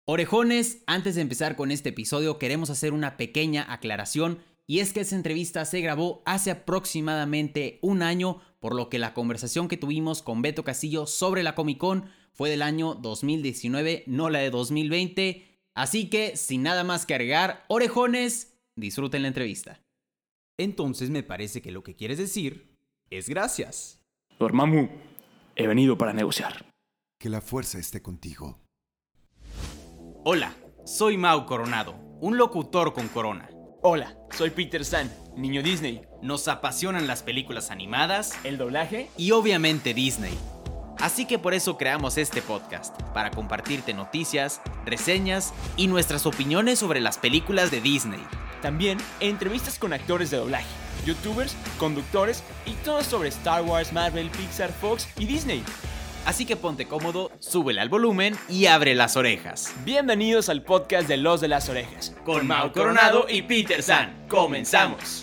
Orejones, antes de empezar con este episodio queremos hacer una pequeña aclaración y es que esa entrevista se grabó hace aproximadamente un año, por lo que la conversación que tuvimos con Beto Castillo sobre la Comic Con fue del año 2019, no la de 2020. Así que, sin nada más que agregar, orejones, disfruten la entrevista. Entonces me parece que lo que quieres decir es gracias. Dormammu, he venido para negociar. Que la fuerza esté contigo. Hola, soy Mau Coronado, un locutor con corona. Hola, soy Peter San, niño Disney. Nos apasionan las películas animadas El doblaje y obviamente Disney. Así que por eso creamos este podcast, para compartirte noticias, reseñas y nuestras opiniones sobre las películas de Disney. También entrevistas con actores de doblaje, youtubers, conductores y todo sobre Star Wars, Marvel, Pixar, Fox y Disney. Así que ponte cómodo, súbele al volumen y abre las orejas. Bienvenidos al podcast de Los de las Orejas. Con Mau Coronado y Peter San. ¡Comenzamos!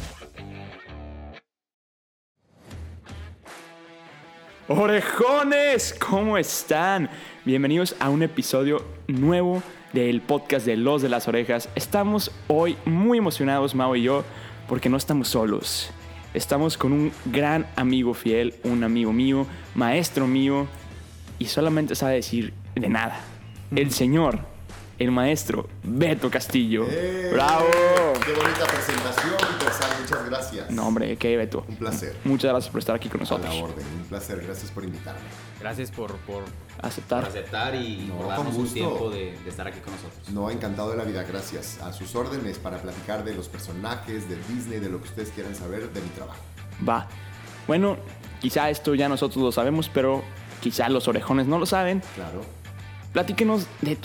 Orejones, ¿cómo están? Bienvenidos a un episodio nuevo del podcast de Los de las Orejas. Estamos hoy muy emocionados, Mau y yo, porque no estamos solos. Estamos con un gran amigo fiel, un amigo mío, maestro mío, y solamente sabe decir de nada. El señor, el maestro Beto Castillo. ¡Bravo! ¡Qué bonita presentación, Peter San! Muchas gracias. No, hombre, ¿qué, Beto? Un placer. Muchas gracias por estar aquí con A nosotros. la orden, un placer. Gracias por invitarme. Gracias por Aceptar. y No, por darnos con un gusto. tiempo de estar aquí con nosotros. No, encantado de la vida. Gracias. A sus órdenes para platicar de los personajes, de Disney, de lo que ustedes quieran saber de mi trabajo. Va. Bueno, quizá esto ya nosotros lo sabemos, pero quizá los orejones no lo saben. Claro. Platíquenos de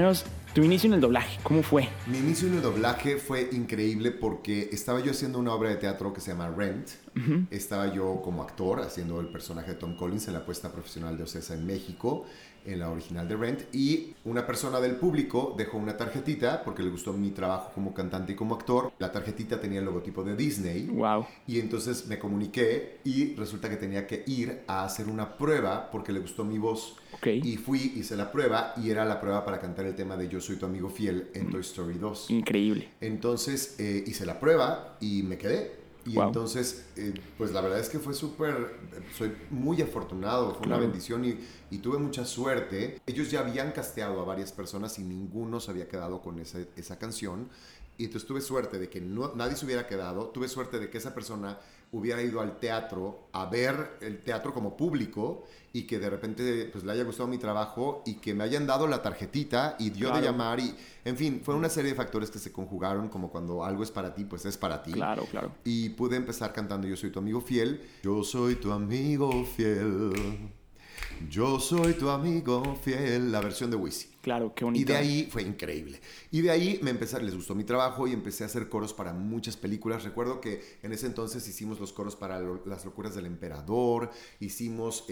tu inicio en el doblaje. ¿Cómo fue? Mi inicio en el doblaje fue increíble porque estaba yo haciendo una obra de teatro que se llama Rent. Estaba yo como actor haciendo el personaje de Tom Collins en la puesta profesional de Ocesa en México, en la original de Rent, y una persona del público dejó una tarjetita porque le gustó mi trabajo como cantante y como actor. La tarjetita tenía el logotipo de Disney. Wow. Y entonces me comuniqué y resulta que tenía que ir a hacer una prueba porque le gustó mi voz. Ok. Y fui, hice la prueba y era la prueba para cantar el tema de Yo soy tu amigo fiel en Toy Story 2. Increíble. Entonces hice la prueba y me quedé. Y Wow. entonces, pues la verdad es que fue súper, soy muy afortunado, fue una Claro. bendición y tuve mucha suerte. Ellos ya habían casteado a varias personas y ninguno se había quedado con esa canción. Y entonces tuve suerte de que nadie se hubiera quedado, tuve suerte de que esa persona hubiera ido al teatro a ver el teatro como público y que de repente pues le haya gustado mi trabajo y que me hayan dado la tarjetita y yo Claro. de llamar y en fin, fue una serie de factores que se conjugaron como cuando algo es para ti, pues es para ti. Claro, claro. Y pude empezar cantando Yo soy tu amigo fiel. Yo soy tu amigo fiel. Yo soy tu amigo fiel. La versión de Wisin. Claro, qué Y bonito. de ahí fue increíble. Y de ahí les gustó mi trabajo y empecé a hacer coros para muchas películas. Recuerdo que en ese entonces hicimos los coros para Las locuras del emperador. Hicimos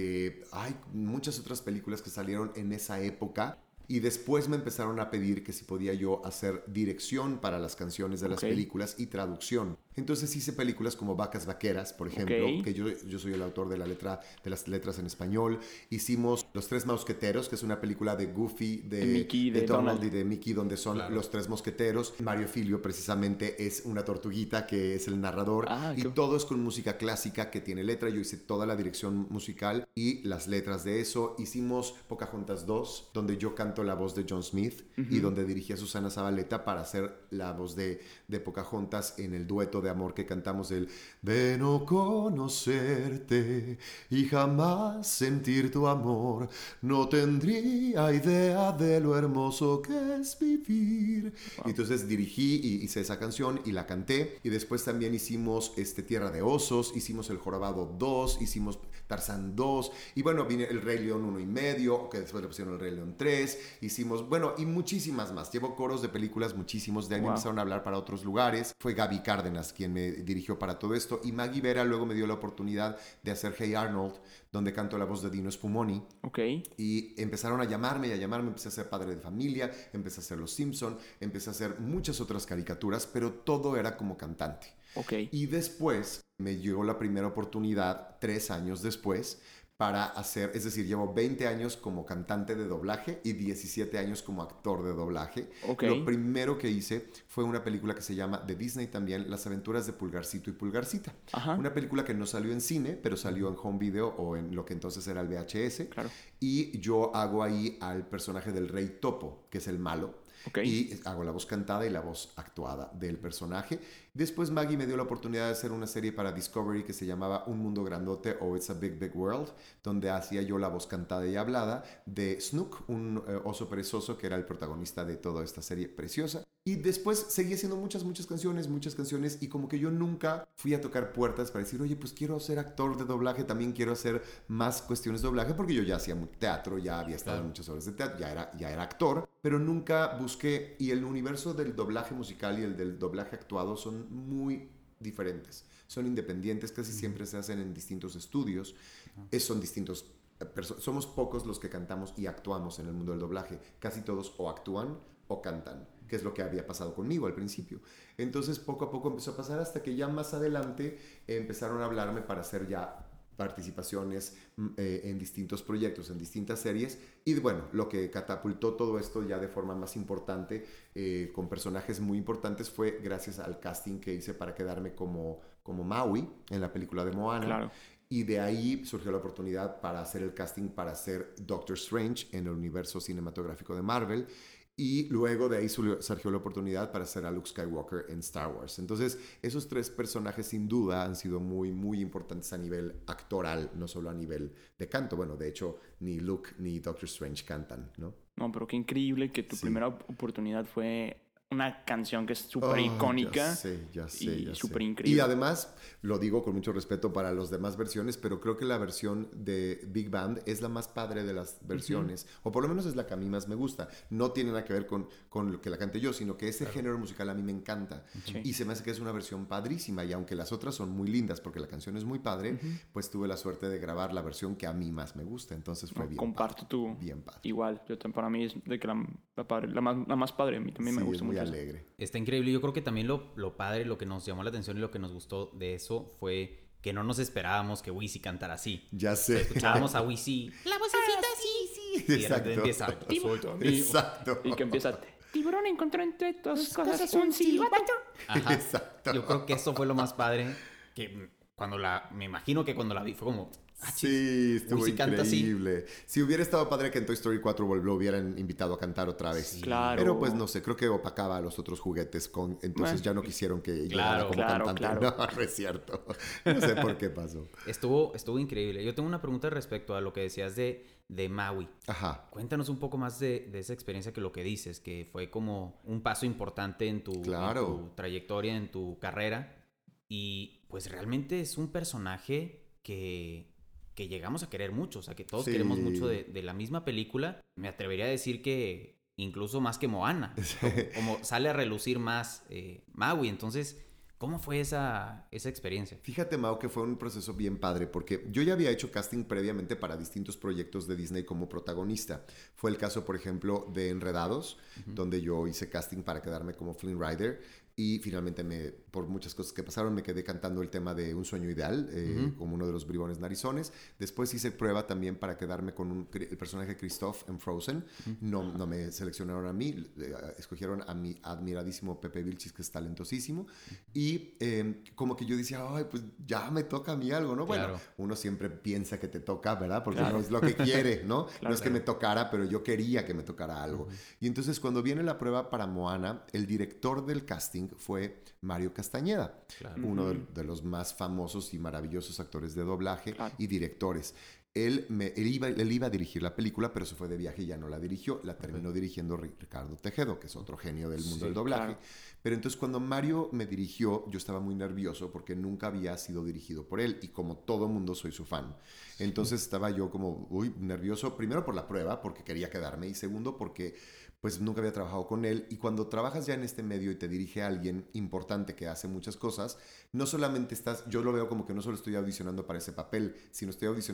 muchas otras películas que salieron en esa época. Y después me empezaron a pedir que si podía yo hacer dirección para las canciones de las Ok. películas y traducción. Entonces hice películas como Vacas Vaqueras, por ejemplo, Ok. que yo soy el autor de las letras en español. Hicimos Los Tres Mosqueteros, que es una película de Goofy, De Mickey, de Donald Donald. y de Mickey, donde son los tres mosqueteros. Mario Filio precisamente es una tortuguita que es el narrador. Ah, y qué- todo es con música clásica que tiene letra. Yo hice toda la dirección musical y las letras de eso. Hicimos Pocahontas 2, donde yo canto la voz de John Smith y donde dirigí a Susana Zabaleta para hacer la voz de Pocahontas en el dueto de amor que cantamos de no conocerte y jamás sentir tu amor, no tendría idea de lo hermoso que es vivir. Y entonces dirigí y hice esa canción y la canté. Y después también hicimos Tierra de Osos, hicimos El Jorobado 2, hicimos Tarzán 2, y bueno, viene El Rey León 1 y medio, que después le pusieron El Rey León 3, hicimos, bueno, y muchísimas más. Llevo coros de películas, muchísimos, de ahí me empezaron a hablar para otros lugares. Fue Gaby Cárdenas quien me dirigió para todo esto, y Maggie Vera luego me dio la oportunidad de hacer Hey Arnold, donde canto la voz de Dino Spumoni. Ok. Y empezaron a llamarme, empecé a ser Padre de Familia, empecé a hacer Los Simpson, empecé a hacer muchas otras caricaturas, pero todo era como cantante. Ok. Y después me llegó la primera oportunidad, 3 años después, para hacer, es decir, llevo 20 años como cantante de doblaje y 17 años como actor de doblaje. Ok. Lo primero que hice fue una película que se llama, de Disney también, Las aventuras de Pulgarcito y Pulgarcita. Ajá. Una película que no salió en cine, pero salió en home video o en lo que entonces era el VHS. Claro. Y yo hago ahí al personaje del Rey Topo, que es el malo. Ok. Y hago la voz cantada y la voz actuada del personaje. Después Maggie me dio la oportunidad de hacer una serie para Discovery que se llamaba Un Mundo Grandote o It's a Big Big World, donde hacía yo la voz cantada y hablada de Snook, un oso perezoso que era el protagonista de toda esta serie preciosa. Y después seguí haciendo muchas canciones y como que yo nunca fui a tocar puertas para decir, oye, pues quiero ser actor de doblaje, también quiero hacer más cuestiones de doblaje, porque yo ya hacía teatro, ya había estado en muchas obras de teatro, ya era actor, pero nunca busqué, y el universo del doblaje musical y el del doblaje actuado son muy diferentes, son independientes, casi siempre se hacen en distintos estudios, son distintos. Somos pocos los que cantamos y actuamos en el mundo del doblaje, casi todos o actúan o cantan, que es lo que había pasado conmigo al principio. Entonces poco a poco empezó a pasar hasta que ya más adelante empezaron a hablarme para hacer ya participaciones en distintos proyectos, en distintas series, y bueno, lo que catapultó todo esto ya de forma más importante, con personajes muy importantes, fue gracias al casting que hice para quedarme como Maui en la película de Moana. Claro. Y de ahí surgió la oportunidad para hacer el casting para hacer Doctor Strange en el universo cinematográfico de Marvel. Y luego de ahí surgió la oportunidad para hacer a Luke Skywalker en Star Wars. Entonces, esos tres personajes sin duda han sido muy, muy importantes a nivel actoral, no solo a nivel de canto. Bueno, de hecho, ni Luke ni Doctor Strange cantan, ¿no? No, pero qué increíble que tu Sí. primera oportunidad fue una canción que es súper Oh, icónica. Ya sé. Y súper Y increíble. además, lo digo con mucho respeto para las demás versiones, pero creo que la versión de Big Band es la más padre de las versiones, o por lo menos es la que a mí más me gusta. No tiene nada que ver con lo que la cante yo, sino que ese género musical a mí me encanta. Sí. Y se me hace que es una versión padrísima, y aunque las otras son muy lindas porque la canción es muy padre, pues tuve la suerte de grabar la versión que a mí más me gusta, entonces fue No, bien comparto padre, tú. bien padre. Igual, para mí es de que la más padre, a mí también me Sí, gusta es muy mucho. alegre. Está increíble. Yo creo que también lo padre, lo que nos llamó la atención y lo que nos gustó de eso fue que no nos esperábamos que Wisin cantara así. Ya sé. Escuchábamos a Wisin, la vocecita así. Y de repente empieza, "Yo soy tu amigo". Exacto. Y que empieza, tiburón encontró entre todas cosas un silbato. Ajá. Exacto. Yo creo que eso fue lo más padre. Que me imagino que cuando la vi fue como, Sí, estuvo Wisin canta así. increíble. Si hubiera estado padre que en Toy Story 4 lo hubieran invitado a cantar otra vez. Sí. Claro. Pero pues no sé, creo que opacaba a los otros juguetes, entonces Bueno. ya no quisieron que Claro, llegara como claro, cantante. claro. No, no es cierto. No sé por qué pasó. estuvo increíble. Yo tengo una pregunta respecto a lo que decías de Maui. Ajá. Cuéntanos un poco más de esa experiencia, que lo que dices, que fue como un paso importante en tu trayectoria, en tu carrera. Y pues realmente es un personaje que llegamos a querer mucho. O sea, que todos Sí. queremos mucho de la misma película. Me atrevería a decir que incluso más que Moana. Como sale a relucir más Maui. Entonces, ¿cómo fue esa experiencia? Fíjate, Mao, que fue un proceso bien padre, porque yo ya había hecho casting previamente para distintos proyectos de Disney como protagonista. Fue el caso, por ejemplo, de Enredados, donde yo hice casting para quedarme como Flynn Rider. Y finalmente, por muchas cosas que pasaron, me quedé cantando el tema de Un Sueño Ideal, como uno de los bribones narizones. Después hice prueba también para quedarme con el personaje de Kristoff en Frozen. No me seleccionaron a mí, escogieron a mi admiradísimo Pepe Vilchis, que es talentosísimo. Y como que yo decía, ay, pues ya me toca a mí algo, ¿no? Claro. Bueno, uno siempre piensa que te toca, ¿verdad? Porque Claro. no es lo que quiere, ¿no? Claro, No es que me tocara, pero yo quería que me tocara algo. Y entonces cuando viene la prueba para Moana, el director del casting fue Mario Castañeda, Claro. uno de los más famosos y maravillosos actores de doblaje Claro. y directores. Él iba a dirigir la película, pero se fue de viaje y ya no la dirigió. La terminó dirigiendo Ricardo Tejedo, que es otro genio del mundo Sí, del doblaje. claro. Pero entonces cuando Mario me dirigió, yo estaba muy nervioso porque nunca había sido dirigido por él y como todo mundo soy su fan. Entonces estaba yo como, nervioso, primero por la prueba, porque quería quedarme, y segundo porque pues nunca había trabajado con él. Y cuando trabajas ya en este medio y te dirige a alguien importante que hace muchas cosas, no solamente yo lo veo como que no solo estoy audicionando para ese papel, sino estoy audicionando para ese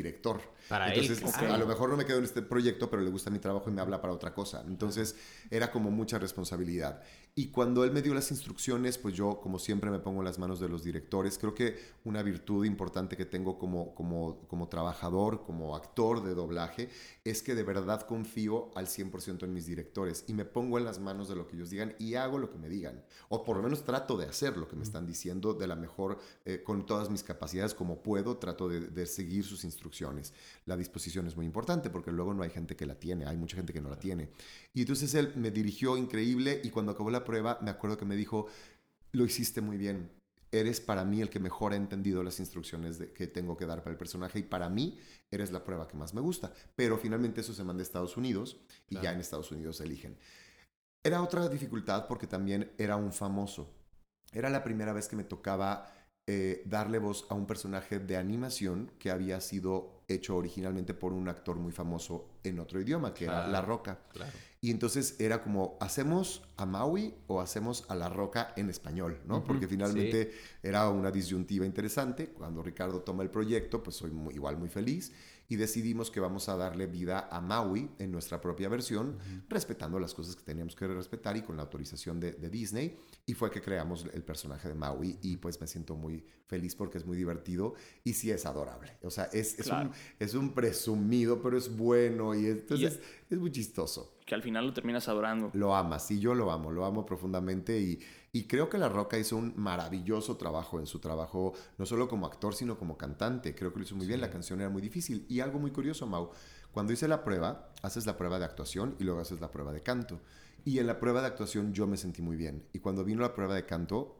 director. Para Entonces, él, claro. a lo mejor no me quedo en este proyecto, pero le gusta mi trabajo y me habla para otra cosa. Entonces, era como mucha responsabilidad. Y cuando él me dio las instrucciones, pues yo, como siempre, me pongo en las manos de los directores. Creo que una virtud importante que tengo como trabajador, como actor de doblaje, es que de verdad confío al 100% en mis directores y me pongo en las manos de lo que ellos digan y hago lo que me digan. O por lo menos trato de hacer lo que me están diciendo de la mejor, con todas mis capacidades como puedo, trato de seguir sus instrucciones. La disposición es muy importante porque luego no hay gente que la tiene, hay mucha gente que no la tiene. Y entonces él me dirigió increíble y cuando acabó la prueba me acuerdo que me dijo, lo hiciste muy bien. Eres para mí el que mejor ha entendido las instrucciones que tengo que dar para el personaje y para mí eres la prueba que más me gusta. Pero finalmente eso se manda a Estados Unidos y ya en Estados Unidos eligen. Era otra dificultad porque también era un famoso. Era la primera vez que me tocaba darle voz a un personaje de animación que había sido hecho originalmente por un actor muy famoso en otro idioma, que era La Roca. Claro. Y entonces era como, ¿hacemos a Maui o hacemos a La Roca en español? ¿No? Porque finalmente era una disyuntiva interesante. Cuando Ricardo toma el proyecto, pues soy igual muy feliz. Y decidimos que vamos a darle vida a Maui en nuestra propia versión, respetando las cosas que teníamos que respetar y con la autorización de Disney. Y fue que creamos el personaje de Maui y pues me siento muy feliz porque es muy divertido y sí es adorable. O sea, es un presumido, pero es bueno y entonces es muy chistoso. Que al final lo terminas adorando. Lo amas, sí, yo lo amo profundamente y creo que La Roca hizo un maravilloso trabajo en su trabajo, no solo como actor, sino como cantante. Creo que lo hizo muy bien, la canción era muy difícil. Y algo muy curioso, Mau, cuando hice la prueba, haces la prueba de actuación y luego haces la prueba de canto. Y en la prueba de actuación yo me sentí muy bien. Y cuando vino la prueba de canto,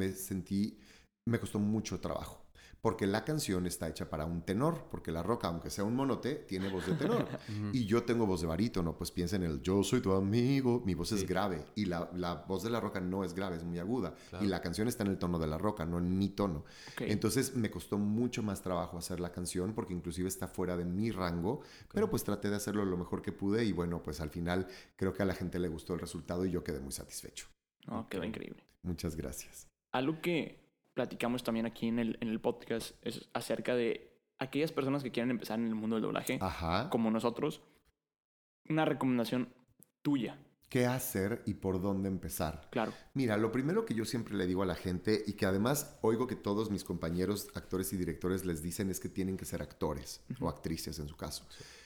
me costó mucho trabajo. Porque la canción está hecha para un tenor, porque La Roca, aunque sea un monote, tiene voz de tenor. Y yo tengo voz de barítono, pues piensa en el yo soy tu amigo, mi voz es grave. Y la voz de La Roca no es grave, es muy aguda. Claro. Y la canción está en el tono de La Roca, no en mi tono. Entonces me costó mucho más trabajo hacer la canción, porque inclusive está fuera de mi rango, pero pues traté de hacerlo lo mejor que pude y bueno, pues al final creo que a la gente le gustó el resultado y yo quedé muy satisfecho. Quedó increíble. Muchas gracias. Algo que platicamos también aquí en el podcast es acerca de aquellas personas que quieren empezar en el mundo del doblaje, como nosotros. Una recomendación tuya. ¿Qué hacer y por dónde empezar? Claro. Mira, lo primero que yo siempre le digo a la gente y que además oigo que todos mis compañeros, actores y directores les dicen es que tienen que ser actores o actrices en su caso.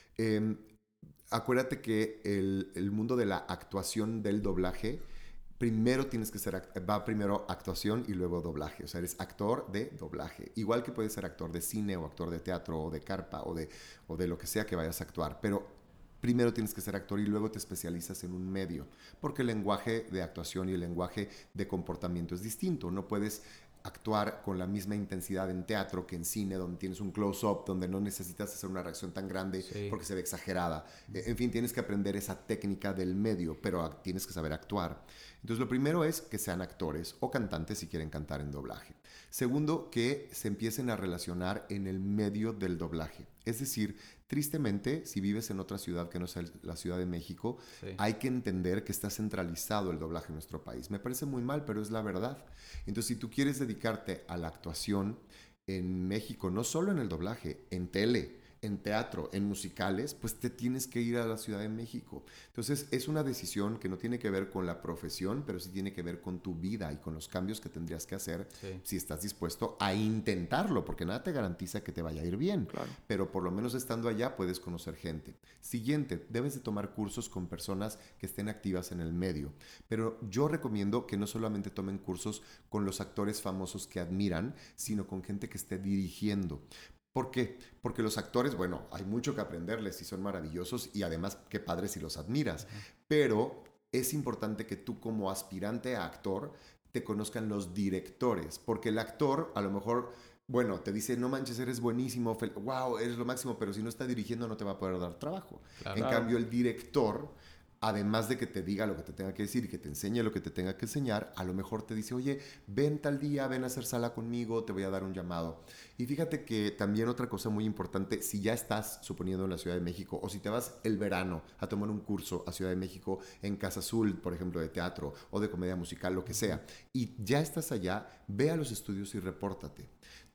Acuérdate que el mundo de la actuación del doblaje primero tienes que va primero actuación y luego doblaje. O sea, eres actor de doblaje. Igual que puedes ser actor de cine o actor de teatro o de carpa o de lo que sea que vayas a actuar. Pero primero tienes que ser actor y luego te especializas en un medio. Porque el lenguaje de actuación y el lenguaje de comportamiento es distinto. No puedes actuar con la misma intensidad en teatro que en cine, donde tienes un close-up, donde no necesitas hacer una reacción tan grande porque se ve exagerada. En fin, tienes que aprender esa técnica del medio, pero tienes que saber actuar. Entonces, lo primero es que sean actores o cantantes si quieren cantar en doblaje. Segundo, que se empiecen a relacionar en el medio del doblaje. Es decir, tristemente, si vives en otra ciudad que no sea la Ciudad de México, hay que entender que está centralizado el doblaje en nuestro país. Me parece muy mal, pero es la verdad. Entonces, si tú quieres dedicarte a la actuación en México, no solo en el doblaje, en tele, en teatro, en musicales, pues te tienes que ir a la Ciudad de México. Entonces es una decisión que no tiene que ver con la profesión, pero sí tiene que ver con tu vida y con los cambios que tendrías que hacer si estás dispuesto a intentarlo, porque nada te garantiza que te vaya a ir bien. Claro. Pero por lo menos estando allá puedes conocer gente. Siguiente, debes de tomar cursos con personas que estén activas en el medio. Pero yo recomiendo que no solamente tomen cursos con los actores famosos que admiran, sino con gente que esté dirigiendo. ¿Por qué? Porque los actores, bueno, hay mucho que aprenderles y son maravillosos y además qué padre si los admiras. Pero es importante que tú como aspirante a actor te conozcan los directores, porque el actor a lo mejor, bueno, te dice, no manches, eres buenísimo, wow, eres lo máximo, pero si no está dirigiendo no te va a poder dar trabajo. Claro. En cambio, el director, además de que te diga lo que te tenga que decir y que te enseñe lo que te tenga que enseñar, a lo mejor te dice, oye, ven tal día, ven a hacer sala conmigo, te voy a dar un llamado. Y fíjate que también otra cosa muy importante, si ya estás, suponiendo en la Ciudad de México, o si te vas el verano a tomar un curso a Ciudad de México en Casa Azul, por ejemplo, de teatro o de comedia musical, lo que sea, y ya estás allá, ve a los estudios y repórtate.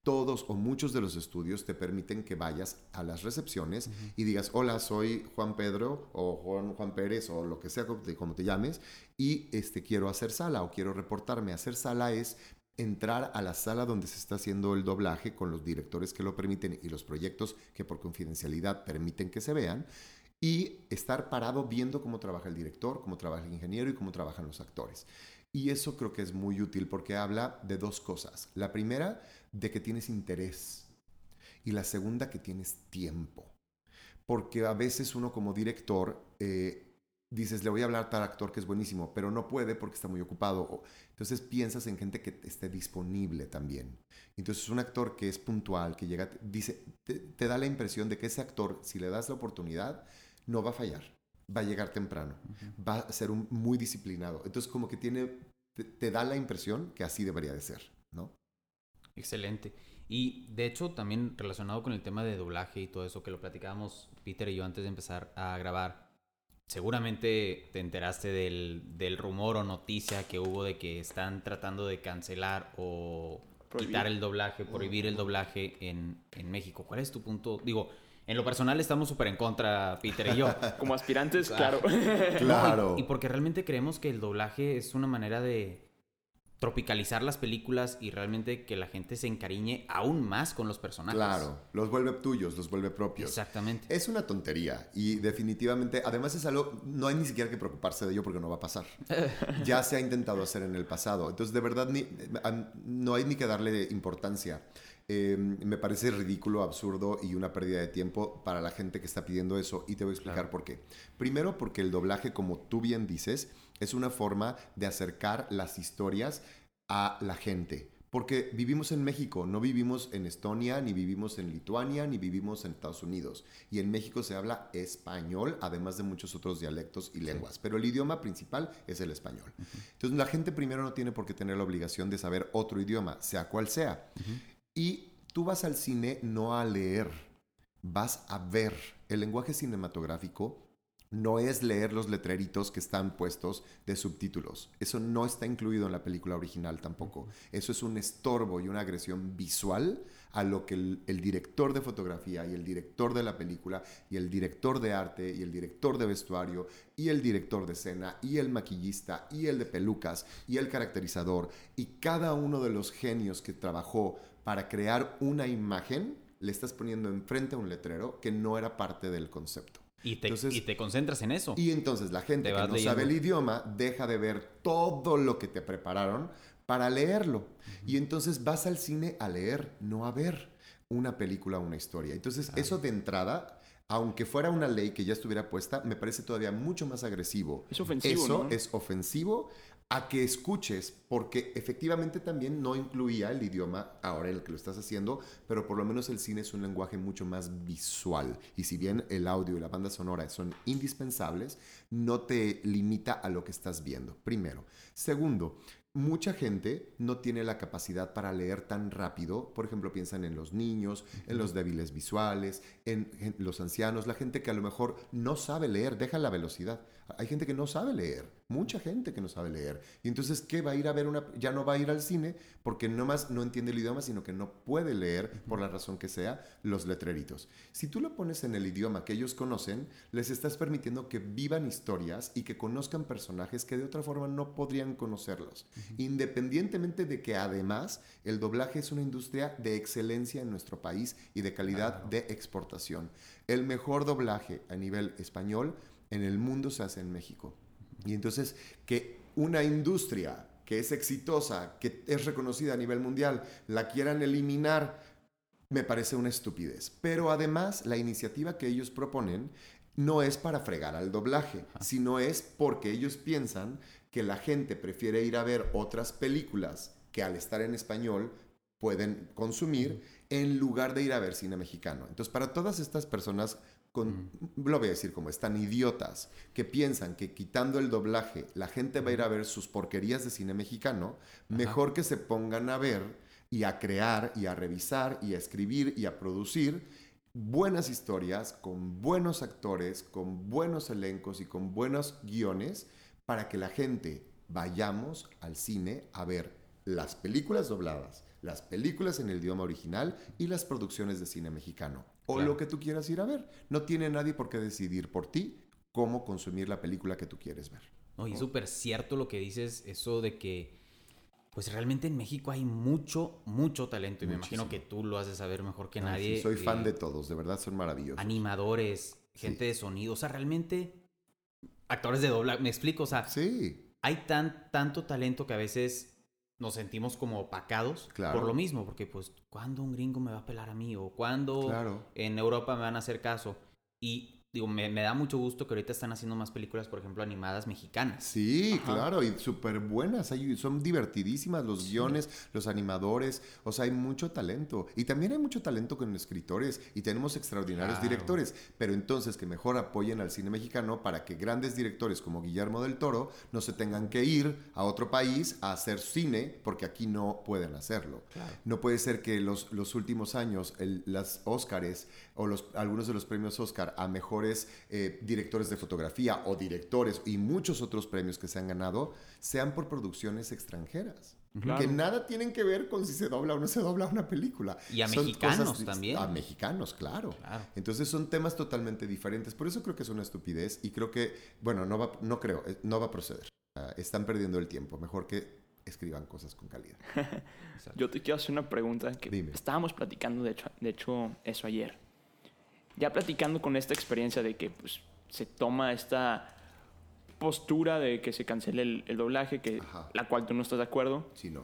todos o muchos de los estudios te permiten que vayas a las recepciones y digas, hola, soy Juan Pedro o Juan Pérez o lo que sea como te llames y quiero hacer sala o quiero reportarme. Hacer sala es entrar a la sala donde se está haciendo el doblaje con los directores que lo permiten y los proyectos que por confidencialidad permiten que se vean y estar parado viendo cómo trabaja el director, cómo trabaja el ingeniero y cómo trabajan los actores. Y eso creo que es muy útil porque habla de dos cosas. La primera, de que tienes interés. Y la segunda, que tienes tiempo. Porque a veces uno como director dices, le voy a hablar a tal actor que es buenísimo, pero no puede porque está muy ocupado. Entonces piensas en gente que esté disponible también. Entonces un actor que es puntual, que llega, dice, te da la impresión de que ese actor, si le das la oportunidad, no va a fallar. Va a llegar temprano, va a ser muy disciplinado. Entonces como que te da la impresión que así debería de ser, ¿no? Excelente. Y de hecho también relacionado con el tema de doblaje y todo eso que lo platicábamos Peter y yo antes de empezar a grabar, seguramente te enteraste del rumor o noticia que hubo de que están tratando de cancelar o quitar el doblaje, prohibir el doblaje en México. ¿Cuál es tu punto? Digo, en lo personal estamos súper en contra, Peter y yo. Como aspirantes, claro. Claro. No, y porque realmente creemos que el doblaje es una manera de tropicalizar las películas y realmente que la gente se encariñe aún más con los personajes. Claro, los vuelve tuyos, los vuelve propios. Exactamente. Es una tontería y definitivamente, además es algo, no hay ni siquiera que preocuparse de ello porque no va a pasar. Ya se ha intentado hacer en el pasado, entonces de verdad no hay ni que darle importancia. Me parece ridículo, absurdo y una pérdida de tiempo para la gente que está pidiendo eso y te voy a explicar por qué. Primero porque el doblaje, como tú bien dices, es una forma de acercar las historias a la gente. Porque vivimos en México, no vivimos en Estonia, ni vivimos en Lituania, ni vivimos en Estados Unidos. Y en México se habla español, además de muchos otros dialectos y lenguas. Pero el idioma principal es el español. Entonces la gente primero no tiene por qué tener la obligación de saber otro idioma, sea cual sea. Y tú vas al cine no a leer, vas a ver. El lenguaje cinematográfico no es leer los letreritos que están puestos de subtítulos. Eso no está incluido en la película original tampoco. Eso es un estorbo y una agresión visual a lo que el director de fotografía y el director de la película y el director de arte y el director de vestuario y el director de escena y el maquillista y el de pelucas y el caracterizador y cada uno de los genios que trabajó para crear una imagen, le estás poniendo enfrente a un letrero que no era parte del concepto. Y te concentras en eso. Y entonces la gente que no sabe el idioma deja de ver todo lo que te prepararon para leerlo. Y entonces vas al cine a leer, no a ver una película o una historia. Entonces eso de entrada, aunque fuera una ley que ya estuviera puesta, me parece todavía mucho más agresivo. Es ofensivo, eso ¿no? es ofensivo a que escuches, porque efectivamente también no incluía el idioma ahora en el que lo estás haciendo, pero por lo menos el cine es un lenguaje mucho más visual. Y si bien el audio y la banda sonora son indispensables, no te limita a lo que estás viendo, primero. Segundo, mucha gente no tiene la capacidad para leer tan rápido. Por ejemplo, piensan en los niños, en los débiles visuales, en los ancianos, la gente que a lo mejor no sabe leer, deja la velocidad. Hay gente que no sabe leer, mucha gente que no sabe leer. Y entonces, ¿qué va a ir a ver ya no va a ir al cine porque nomás no entiende el idioma, sino que no puede leer, por la razón que sea, los letreritos? Si tú lo pones en el idioma que ellos conocen, les estás permitiendo que vivan historias y que conozcan personajes que de otra forma no podrían conocerlos. Independientemente de que además el doblaje es una industria de excelencia en nuestro país y de calidad de exportación. El mejor doblaje a nivel español en el mundo se hace en México. Y entonces que una industria que es exitosa, que es reconocida a nivel mundial, la quieran eliminar, me parece una estupidez. Pero además la iniciativa que ellos proponen no es para fregar al doblaje, sino es porque ellos piensan que la gente prefiere ir a ver otras películas que al estar en español pueden consumir en lugar de ir a ver cine mexicano. Entonces, para todas estas personas, lo voy a decir como están idiotas, que piensan que quitando el doblaje la gente va a ir a ver sus porquerías de cine mexicano, mejor que se pongan a ver y a crear y a revisar y a escribir y a producir buenas historias con buenos actores, con buenos elencos y con buenos guiones para que la gente vayamos al cine a ver las películas dobladas, las películas en el idioma original y las producciones de cine mexicano. O Claro. lo que tú quieras ir a ver. No tiene nadie por qué decidir por ti cómo consumir la película que tú quieres ver. No, y súper cierto lo que dices, eso de que, pues realmente en México hay mucho, mucho talento. Y me imagino que tú lo has de saber mejor que Ay, nadie. sí, soy fan de todos, de verdad son maravillosos. Animadores, gente de sonido, o sea, realmente actores de doblaje, me explico, o sea, Sí, hay tanto talento que a veces nos sentimos como opacados Claro. por lo mismo, porque pues, ¿cuándo un gringo me va a pelar a mí? O ¿cuándo Claro. en Europa me van a hacer caso? Y digo, me da mucho gusto que ahorita están haciendo más películas, por ejemplo, animadas mexicanas. Sí, Ajá. claro, y súper buenas, son divertidísimas los guiones, los animadores, o sea, hay mucho talento. Y también hay mucho talento con escritores y tenemos extraordinarios Claro. directores, pero entonces que mejor apoyen al cine mexicano para que grandes directores como Guillermo del Toro no se tengan que ir a otro país a hacer cine porque aquí no pueden hacerlo. Claro. No puede ser que los últimos años las Óscares o algunos de los premios Óscar a mejores directores de fotografía o directores y muchos otros premios que se han ganado sean por producciones extranjeras. Claro. Que nada tienen que ver con si se dobla o no se dobla una película. Y a Son mexicanos cosas también. A mexicanos, claro. Claro. Entonces son temas totalmente diferentes. Por eso creo que es una estupidez y creo que, bueno, no va a proceder. Están perdiendo el tiempo. Mejor que escriban cosas con calidad. Yo te quiero hacer una pregunta que Dime. estábamos platicando, de hecho, eso ayer. Ya platicando con esta experiencia de que pues, se toma esta postura de que se cancele el doblaje, Ajá. la cual tú no estás de acuerdo. Sí, no.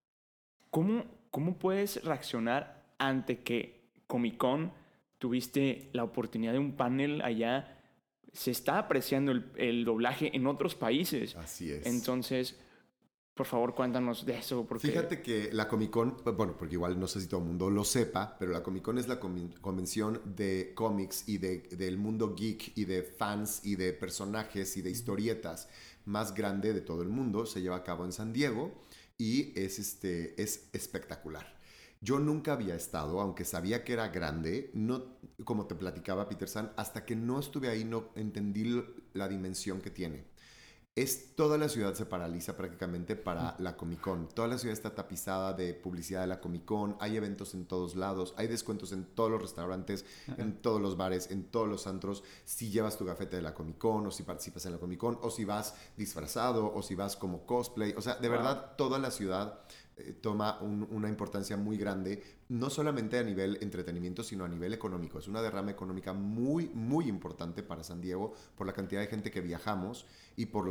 ¿Cómo puedes reaccionar ante que Comic Con tuviste la oportunidad de un panel allá? Se está apreciando el doblaje en otros países. Así es. Entonces, por favor, cuéntanos de eso. Porque... Fíjate que la Comic Con, bueno, porque igual no sé si todo el mundo lo sepa, pero la Comic Con es la convención de cómics y del mundo geek y de fans y de personajes y de historietas más grande de todo el mundo. Se lleva a cabo en San Diego y es espectacular. Yo nunca había estado, aunque sabía que era grande, no, como te platicaba Peter San, hasta que no estuve ahí no entendí la dimensión que tiene. Toda la ciudad se paraliza prácticamente para la Comic Con. Toda la ciudad está tapizada de publicidad de la Comic Con. Hay eventos en todos lados. Hay descuentos en todos los restaurantes, en todos los bares, en todos los antros. Si llevas tu gafete de la Comic Con o si participas en la Comic Con o si vas disfrazado o si vas como cosplay. O sea, de verdad, toda la ciudad toma una importancia muy grande, no solamente a nivel entretenimiento, sino a nivel económico. Es una derrama económica muy, muy importante para San Diego por la cantidad de gente que viajamos y por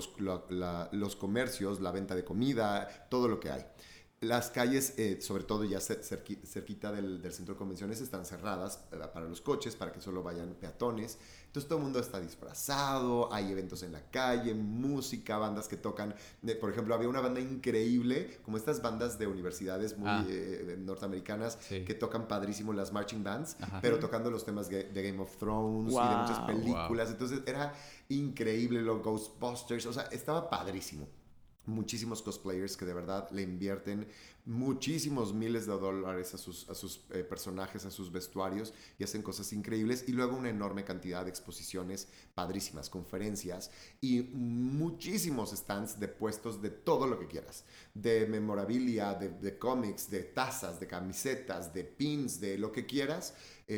los comercios, la venta de comida, todo lo que hay. Las calles, sobre todo ya cerquita del centro de convenciones, están cerradas para los coches, para que solo vayan peatones. Entonces todo el mundo está disfrazado, hay eventos en la calle, música, bandas que tocan. Por ejemplo, había una banda increíble, como estas bandas de universidades muy norteamericanas, Sí. que tocan padrísimo las marching bands, Ajá. pero tocando los temas de Game of Thrones y de Wow, muchas películas. Entonces era increíble, los Ghostbusters, o sea, estaba padrísimo. Muchísimos cosplayers que de verdad le invierten muchísimos miles de dólares a sus personajes, a sus vestuarios y hacen cosas increíbles y luego una enorme cantidad de exposiciones padrísimas, conferencias y muchísimos stands de puestos de todo lo que quieras, de memorabilia, de cómics, de tazas, de camisetas, de pins, de lo que quieras,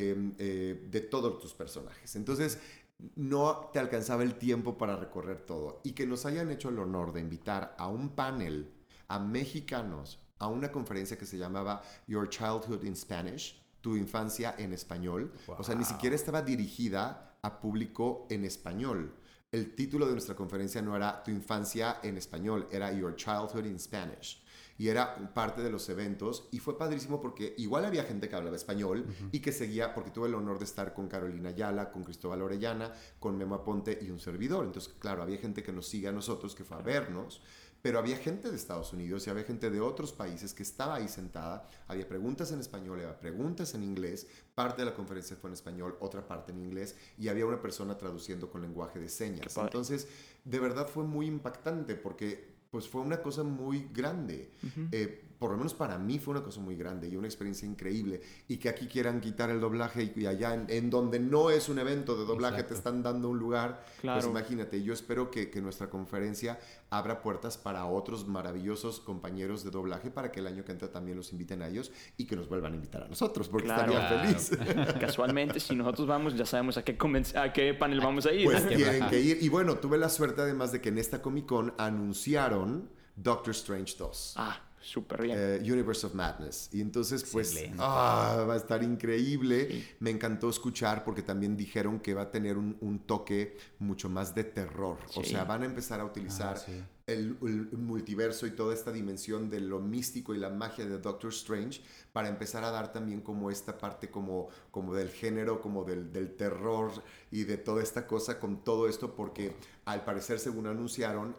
de todos tus personajes. Entonces no te alcanzaba el tiempo para recorrer todo y que nos hayan hecho el honor de invitar a un panel a mexicanos a una conferencia que se llamaba Your Childhood in Spanish, tu infancia en español. Wow. O sea, ni siquiera estaba dirigida a público en español. El título de nuestra conferencia no era Tu infancia en español, era Your Childhood in Spanish. Y era parte de los eventos y fue padrísimo porque igual había gente que hablaba español y que seguía, porque tuve el honor de estar con Carolina Ayala, con Cristóbal Orellana, con Memo Aponte y un servidor. Entonces, claro, había gente que nos sigue a nosotros, que fue a vernos, pero había gente de Estados Unidos y había gente de otros países que estaba ahí sentada. Había preguntas en español, había preguntas en inglés. Parte de la conferencia fue en español, otra parte en inglés y había una persona traduciendo con lenguaje de señas. Entonces, de verdad fue muy impactante porque pues fue una cosa muy grande. por lo menos para mí fue una cosa muy grande y una experiencia increíble. Y que aquí quieran quitar el doblaje y allá en donde no es un evento de doblaje, Exacto. te están dando un lugar. Claro. Pues imagínate, yo espero que nuestra conferencia abra puertas para otros maravillosos compañeros de doblaje para que el año que entra también los inviten a ellos y que nos vuelvan a invitar a nosotros, porque Claro. estaría feliz. Casualmente, si nosotros vamos, ya sabemos a qué panel vamos a ir. Pues tienen que ir. Y bueno, tuve la suerte además de que en esta Comic Con anunciaron Doctor Strange 2. Súper bien. Universe of Madness. Y entonces, pues, Excelente. va a estar increíble. Me encantó escuchar porque también dijeron que va a tener un toque mucho más de terror. O Sí. sea, van a empezar a utilizar sí. el multiverso y toda esta dimensión de lo místico y la magia de Doctor Strange para empezar a dar también como esta parte como del género, como del terror y de toda esta cosa con todo esto, porque al parecer, según anunciaron,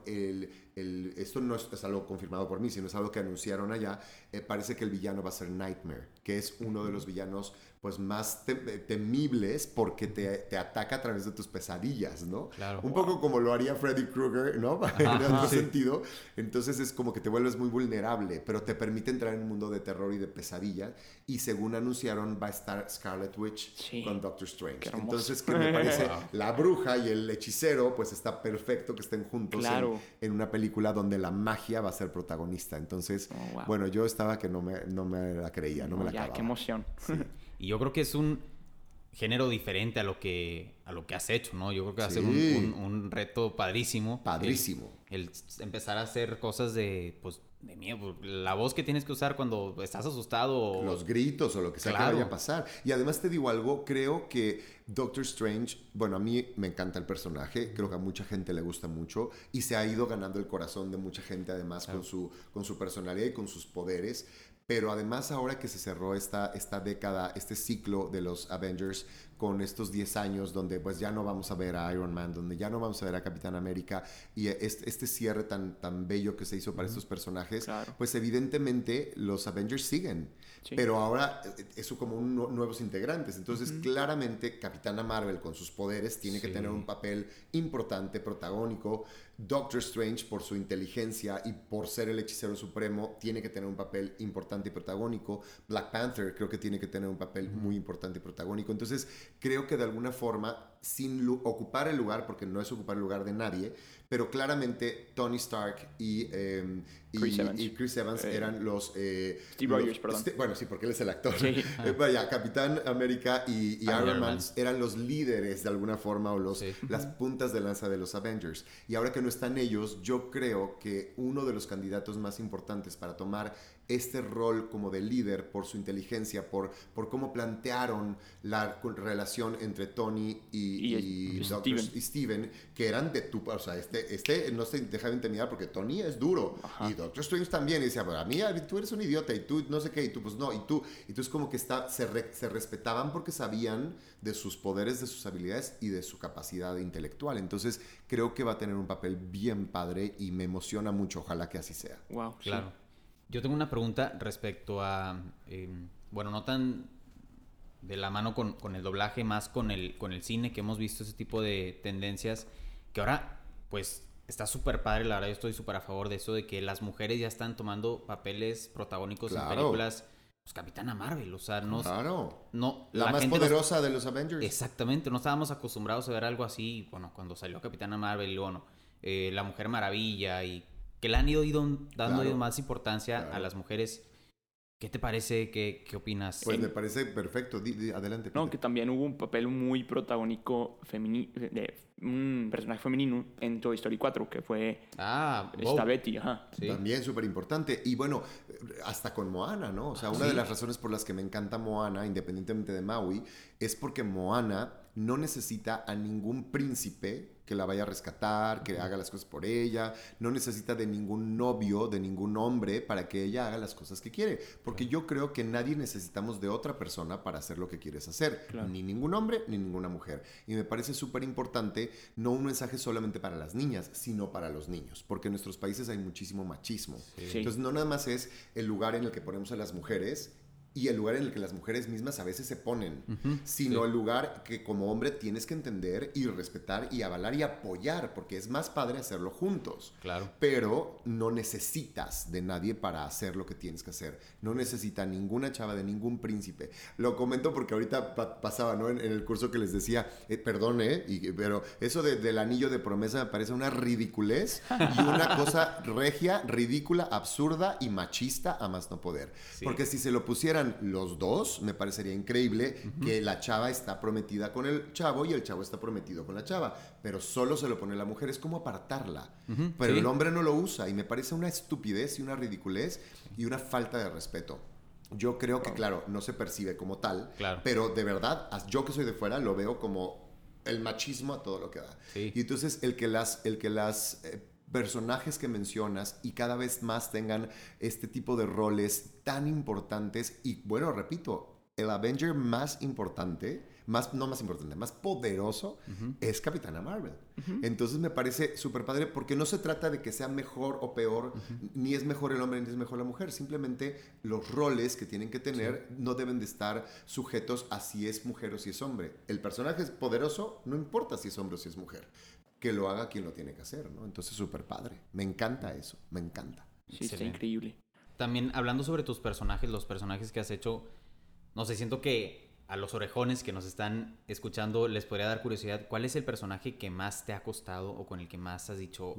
esto no es algo confirmado por mí, sino es algo que anunciaron allá, parece que el villano va a ser Nightmare, que es uno de los villanos pues más temibles porque te ataca a través de tus pesadillas, ¿no? Claro. Un poco como lo haría Freddy Krueger, ¿no? En otro sentido. Entonces es como que te vuelves muy vulnerable, pero te permite entrar en un mundo de terror y de pesadilla. Y según anunciaron, va a estar Scarlet Witch Sí. con Doctor Strange. Qué hermoso. Entonces, que me parece la bruja y el hechicero, pues está perfecto que estén juntos Claro. en una película donde la magia va a ser protagonista. Entonces, Oh, wow. bueno, yo estaba que no me la creía, no me la Ya, acababa. qué emoción. Y yo creo que es un género diferente a lo que has hecho, ¿no? Yo creo que va a ser Sí. un reto padrísimo. Padrísimo. El empezar a hacer cosas de miedo. La voz que tienes que usar cuando estás asustado. O... Los gritos o lo que sea Claro. que vaya a pasar. Y además te digo algo, creo que Doctor Strange, bueno, a mí me encanta el personaje, creo que a mucha gente le gusta mucho y se ha ido ganando el corazón de mucha gente además con su personalidad y con sus poderes. Pero además ahora que se cerró esta década, este ciclo de los Avengers con estos 10 años donde pues ya no vamos a ver a Iron Man, donde ya no vamos a ver a Capitán América y este cierre tan bello que se hizo para estos personajes, Claro. pues evidentemente los Avengers siguen. Sí. Pero ahora eso como nuevos integrantes. Entonces claramente Capitana Marvel con sus poderes tiene que tener un papel importante, protagónico. Doctor Strange por su inteligencia y por ser el hechicero supremo tiene que tener un papel importante y protagónico. Black Panther creo que tiene que tener un papel muy importante y protagónico. Entonces creo que de alguna forma, sin ocupar el lugar, porque no es ocupar el lugar de nadie, pero claramente Tony Stark y Chris Evans eran los... Steve Rogers, perdón. Bueno, sí, porque él es el actor. Sí. Vaya, Capitán América y Iron Man Man. eran los líderes de alguna forma o las puntas de lanza de los Avengers. Y ahora que no están ellos, yo creo que uno de los candidatos más importantes para tomar este rol como de líder por su inteligencia, por cómo plantearon la relación entre Tony y Steven, que eran de tu... O sea, no se dejaba intimidar porque Tony es duro. Ajá. Y Doctor Strange también. Y decía, bueno, a mí tú eres un idiota y tú no sé qué. Y tú, pues no. Y tú es como que se respetaban porque sabían de sus poderes, de sus habilidades y de su capacidad intelectual. Entonces, creo que va a tener un papel bien padre y me emociona mucho. Ojalá que así sea. Wow. Claro. Yo tengo una pregunta respecto a, bueno, no tan de la mano con el doblaje, más con el cine, que hemos visto ese tipo de tendencias, que ahora, pues, está súper padre, la verdad, yo estoy súper a favor de eso, de que las mujeres ya están tomando papeles protagónicos en películas, pues, Capitana Marvel, o sea, no... Claro. No, La más poderosa de los Avengers. Exactamente, no estábamos acostumbrados a ver algo así, bueno, cuando salió Capitana Marvel y bueno, la Mujer Maravilla y que le han ido dando más importancia a las mujeres. ¿Qué te parece? ¿Qué opinas? Pues me parece perfecto. Adelante, Peter. No, que también hubo un papel muy protagónico de un personaje femenino en Toy Story 4, que fue esta Betty. Ajá. Sí. También súper importante. Y bueno, hasta con Moana, ¿no? O sea, una de las razones por las que me encanta Moana, independientemente de Maui, es porque Moana no necesita a ningún príncipe que la vaya a rescatar, que haga las cosas por ella, no necesita de ningún novio, de ningún hombre para que ella haga las cosas que quiere, porque yo creo que nadie necesitamos de otra persona para hacer lo que quieres hacer, ni ningún hombre ni ninguna mujer, y me parece súper importante, no un mensaje solamente para las niñas, sino para los niños, porque en nuestros países hay muchísimo machismo, entonces no nada más es el lugar en el que ponemos a las mujeres y el lugar en el que las mujeres mismas a veces se ponen, sino el lugar que como hombre tienes que entender y respetar y avalar y apoyar, porque es más padre hacerlo juntos. Claro. Pero no necesitas de nadie para hacer lo que tienes que hacer. No necesita ninguna chava de ningún príncipe. Lo comento porque ahorita pasaba, ¿no? En el curso que les decía, perdón, pero eso del anillo de promesa me parece una ridiculez y una cosa regia, ridícula, absurda y machista a más no poder. Sí. Porque si se lo pusieran los dos, me parecería increíble que la chava está prometida con el chavo y el chavo está prometido con la chava, pero solo se lo pone la mujer, es como apartarla. Pero el hombre no lo usa y me parece una estupidez y una ridiculez y una falta de respeto. Yo creo que, claro, no se percibe como tal, pero de verdad, yo que soy de fuera, lo veo como el machismo a todo lo que da. Sí. Y entonces el que las personajes que mencionas y cada vez más tengan este tipo de roles tan importantes y, bueno, repito, el Avenger más importante, más poderoso es Capitana Marvel. Entonces me parece súper padre porque no se trata de que sea mejor o peor, ni es mejor el hombre ni es mejor la mujer, simplemente los roles que tienen que tener no deben de estar sujetos a si es mujer o si es hombre. El personaje es poderoso, no importa si es hombre o si es mujer. Que lo haga quien lo tiene que hacer, ¿no? Entonces, súper padre. Me encanta eso, me encanta. Sí, está increíble. También, hablando sobre tus personajes, los personajes que has hecho, no sé, siento que a los orejones que nos están escuchando les podría dar curiosidad. ¿Cuál es el personaje que más te ha costado o con el que más has dicho,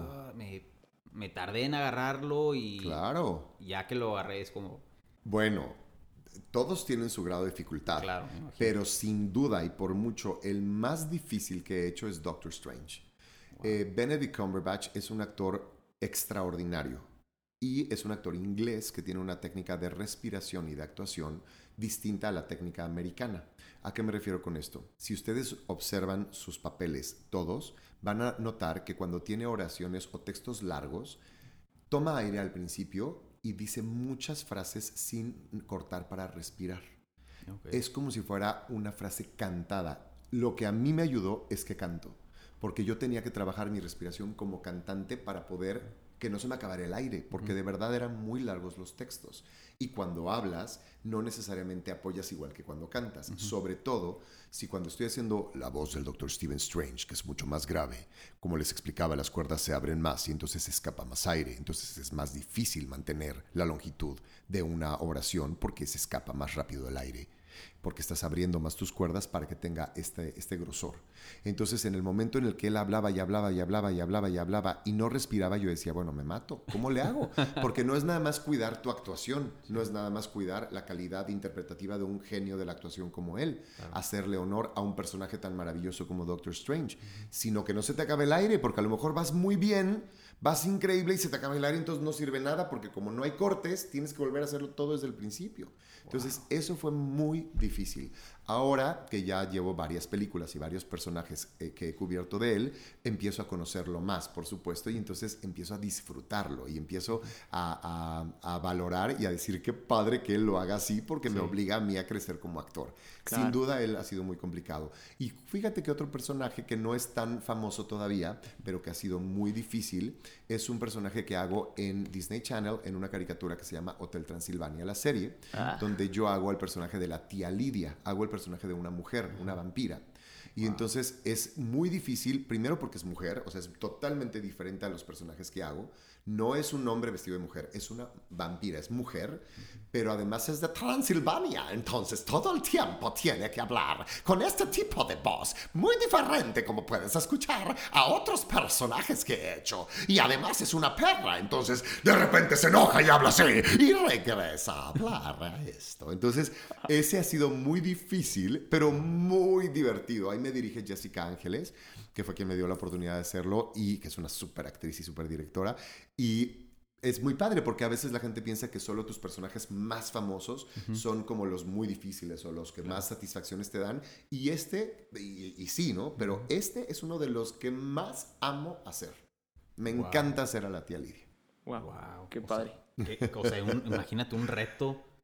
me tardé en agarrarlo y... Claro. Ya que lo agarré es como... Bueno... Todos tienen su grado de dificultad, claro, pero sin duda y por mucho el más difícil que he hecho es Doctor Strange. Wow. Benedict Cumberbatch es un actor extraordinario y es un actor inglés que tiene una técnica de respiración y de actuación distinta a la técnica americana. ¿A qué me refiero con esto? Si ustedes observan sus papeles todos, van a notar que cuando tiene oraciones o textos largos, toma aire al principio y dice muchas frases sin cortar para respirar. Okay. Es como si fuera una frase cantada. Lo que a mí me ayudó es que canto, porque yo tenía que trabajar mi respiración como cantante para poder que no se me acabara el aire, porque de verdad eran muy largos los textos. Y cuando hablas, no necesariamente apoyas igual que cuando cantas. Sobre todo, si cuando estoy haciendo la voz del Dr. Stephen Strange, que es mucho más grave, como les explicaba, las cuerdas se abren más y entonces se escapa más aire. Entonces es más difícil mantener la longitud de una oración porque se escapa más rápido el aire, porque estás abriendo más tus cuerdas para que tenga este grosor. Entonces, en el momento en el que él hablaba y hablaba y hablaba y hablaba y hablaba y no respiraba, yo decía, bueno, me mato. ¿Cómo le hago? Porque no es nada más cuidar tu actuación, no es nada más cuidar la calidad interpretativa de un genio de la actuación como él, hacerle honor a un personaje tan maravilloso como Doctor Strange, sino que no se te acabe el aire, porque a lo mejor vas muy bien, vas increíble y se te acaba el aire, entonces no sirve nada, porque como no hay cortes, tienes que volver a hacerlo todo desde el principio. Entonces, eso fue muy difícil. Ahora que ya llevo varias películas y varios personajes que he cubierto de él, empiezo a conocerlo más, por supuesto, y entonces empiezo a disfrutarlo y empiezo a valorar y a decir qué padre que él lo haga así, porque me obliga a mí a crecer como actor. Claro. Sin duda, él ha sido muy complicado. Y fíjate que otro personaje que no es tan famoso todavía, pero que ha sido muy difícil, es un personaje que hago en Disney Channel, en una caricatura que se llama Hotel Transilvania, la serie, donde yo hago al personaje de la tía Lidia, hago el personaje de una mujer, una vampira. Y entonces es muy difícil, primero porque es mujer, o sea, es totalmente diferente a los personajes que hago. No es un hombre vestido de mujer, es una vampira, es mujer, pero además es de Transilvania, entonces todo el tiempo tiene que hablar con este tipo de voz, muy diferente como puedes escuchar a otros personajes que he hecho. Y además es una perra, entonces de repente se enoja y habla así y regresa a hablar a esto. Entonces ese ha sido muy difícil, pero muy divertido. Ahí me dirige Jessica Ángeles, que fue quien me dio la oportunidad de hacerlo y que es una súper actriz y súper directora. Y es muy padre porque a veces la gente piensa que solo tus personajes más famosos son como los muy difíciles o los que más satisfacciones te dan. Y y sí, ¿no? Pero este es uno de los que más amo hacer. Me encanta hacer a la tía Lidia. Wow, qué padre. Imagínate un reto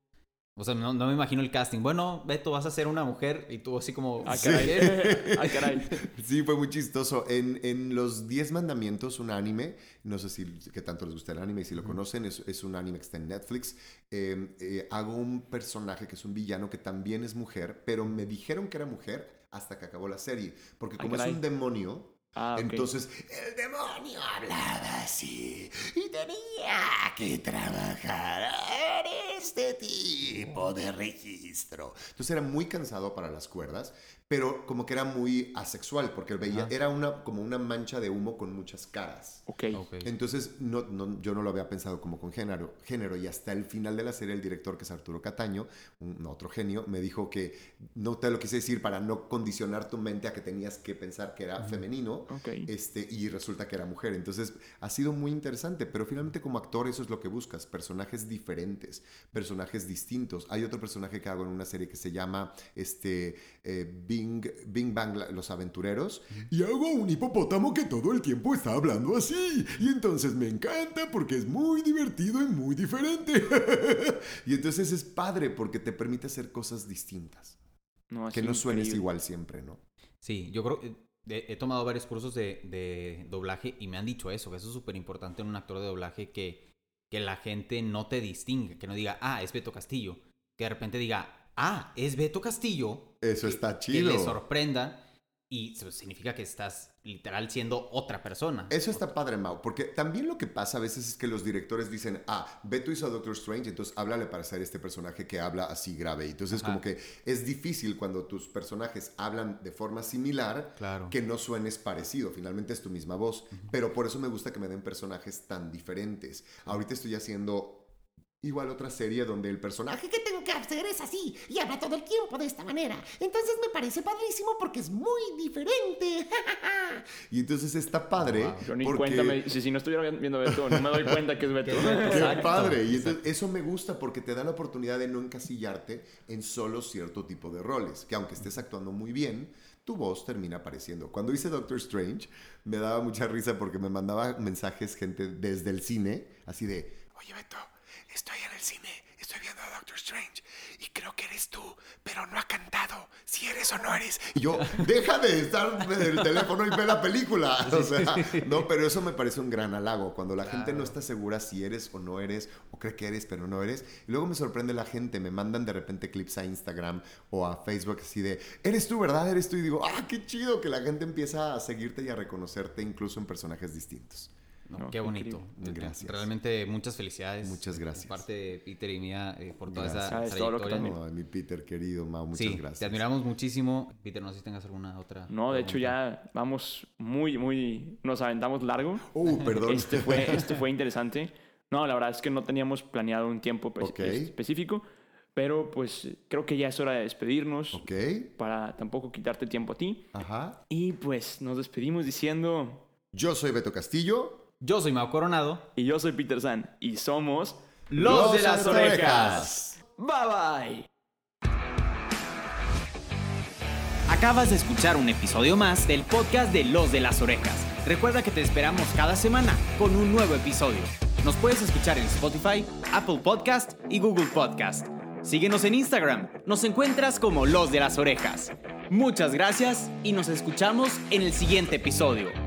O sea, no me imagino el casting. Bueno, Beto, vas a ser una mujer. Y tú así como... Ah, caray. Ah, caray. Sí, fue muy chistoso. En Los 10 Mandamientos, un anime, no sé si qué tanto les gusta el anime y si lo conocen, es un anime que está en Netflix. Hago un personaje que es un villano que también es mujer, pero me dijeron que era mujer hasta que acabó la serie. Porque como es un demonio... Okay. Entonces, el demonio hablaba así y tenía que trabajar en este tipo de registro. Entonces era muy cansado para las cuerdas, pero como que era muy asexual, porque veía, era como una mancha de humo con muchas caras. Okay. Entonces, yo no lo había pensado como con género, y hasta el final de la serie, el director, que es Arturo Cataño, otro genio, me dijo que no te lo quise decir para no condicionar tu mente a que tenías que pensar que era femenino, y resulta que era mujer. Entonces, ha sido muy interesante, pero finalmente como actor eso es lo que buscas, personajes diferentes, personajes distintos. Hay otro personaje que hago en una serie que se llama Bing Bang, Los Aventureros, y hago un hipopótamo que todo el tiempo está hablando así, y entonces me encanta porque es muy divertido y muy diferente. Y entonces es padre porque te permite hacer cosas distintas, que no suenes igual siempre, ¿no? Sí, yo creo que he tomado varios cursos de doblaje y me han dicho eso, que eso es súper importante en un actor de doblaje, que la gente no te distingue, que no diga, es Beto Castillo, que de repente diga, es Beto Castillo. Eso está chido. Que le sorprenda y eso significa que estás literal siendo otra persona. Eso está padre, Mau, porque también lo que pasa a veces es que los directores dicen, Beto hizo a Doctor Strange, entonces háblale para hacer este personaje que habla así grave. Entonces como que es difícil cuando tus personajes hablan de forma similar, que no suenes parecido. Finalmente es tu misma voz, pero por eso me gusta que me den personajes tan diferentes. Ahorita estoy haciendo... igual otra serie donde el personaje que tengo que hacer es así y habla todo el tiempo de esta manera. Entonces me parece padrísimo porque es muy diferente. Y entonces está padre. Wow. Yo ni cuenta, si no estuviera viendo Beto, no me doy cuenta que es Beto. Qué padre. Y entonces, eso me gusta porque te da la oportunidad de no encasillarte en solo cierto tipo de roles. Que aunque estés actuando muy bien, tu voz termina apareciendo. Cuando hice Doctor Strange, me daba mucha risa porque me mandaba mensajes gente desde el cine, así de, oye Beto, estoy en el cine, estoy viendo a Doctor Strange y creo que eres tú, pero no ha cantado si eres o no eres. Y yo, deja de estar en el teléfono y ve la película. O sea, no, pero eso me parece un gran halago, cuando la gente no está segura si eres o no eres, o cree que eres pero no eres. Y luego me sorprende la gente, me mandan de repente clips a Instagram o a Facebook así de, eres tú, ¿verdad? Eres tú. Y digo, qué chido que la gente empieza a seguirte y a reconocerte incluso en personajes distintos. No, qué bonito. Gracias. Realmente muchas felicidades. Muchas gracias. De parte de Peter y mía por toda esa trayectoria. Mi Peter querido, Mau, muchas gracias. Te admiramos muchísimo. Peter, no sé si tengas alguna otra. No, de hecho ya vamos nos aventamos largo. Perdón. Este fue interesante. No, la verdad es que no teníamos planeado un tiempo específico, pero pues creo que ya es hora de despedirnos. Para tampoco quitarte tiempo a ti. Y pues nos despedimos diciendo... Yo soy Beto Castillo. Yo soy Mau Coronado. Y yo soy Peter San. Y somos... ¡Los de las Orejas! ¡Bye, bye! Acabas de escuchar un episodio más del podcast de Los de las Orejas. Recuerda que te esperamos cada semana con un nuevo episodio. Nos puedes escuchar en Spotify, Apple Podcast y Google Podcast. Síguenos en Instagram. Nos encuentras como Los de las Orejas. Muchas gracias y nos escuchamos en el siguiente episodio.